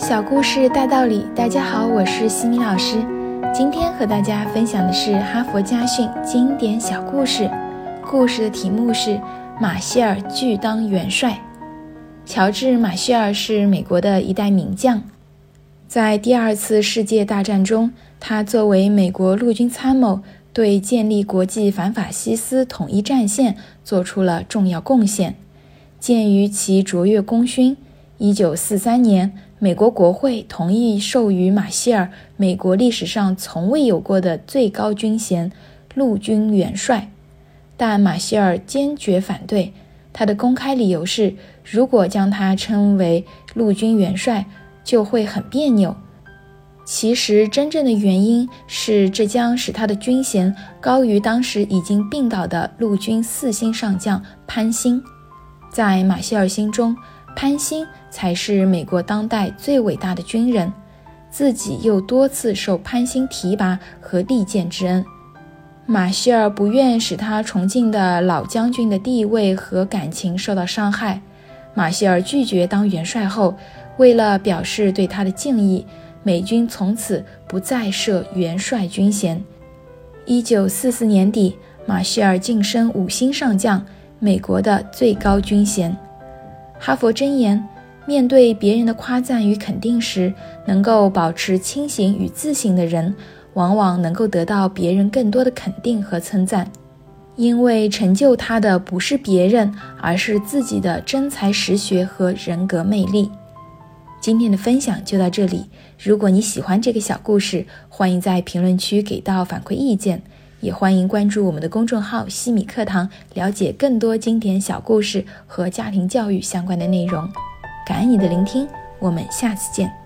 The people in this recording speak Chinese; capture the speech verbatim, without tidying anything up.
小故事大道理，大家好，我是西米老师。今天和大家分享的是哈佛家训经典小故事，故事的题目是马歇尔拒当元帅。乔治·马歇尔是美国的一代名将，在第二次世界大战中，他作为美国陆军参谋，对建立国际反法西斯统一战线做出了重要贡献。鉴于其卓越功勋，一九四三年美国国会同意授予马歇尔美国历史上从未有过的最高军衔陆军元帅，但马歇尔坚决反对。他的公开理由是，如果将他称为陆军元帅就会很别扭。其实真正的原因是，这将使他的军衔高于当时已经病倒的陆军四星上将潘兴。在马歇尔心中，潘兴才是美国当代最伟大的军人，自己又多次受潘兴提拔和力荐之恩。马歇尔不愿使他崇敬的老将军的地位和感情受到伤害。马歇尔拒绝当元帅后，为了表示对他的敬意，美军从此不再设元帅军衔。一九四四年底，马歇尔晋升五星上将，美国的最高军衔。哈佛箴言：面对别人的夸赞与肯定时，能够保持清醒与自信的人，往往能够得到别人更多的肯定和称赞，因为成就他的不是别人，而是自己的真才实学和人格魅力。今天的分享就到这里，如果你喜欢这个小故事，欢迎在评论区给到反馈意见，也欢迎关注我们的公众号西米课堂，了解更多经典小故事和家庭教育相关的内容。感恩你的聆听，我们下次见。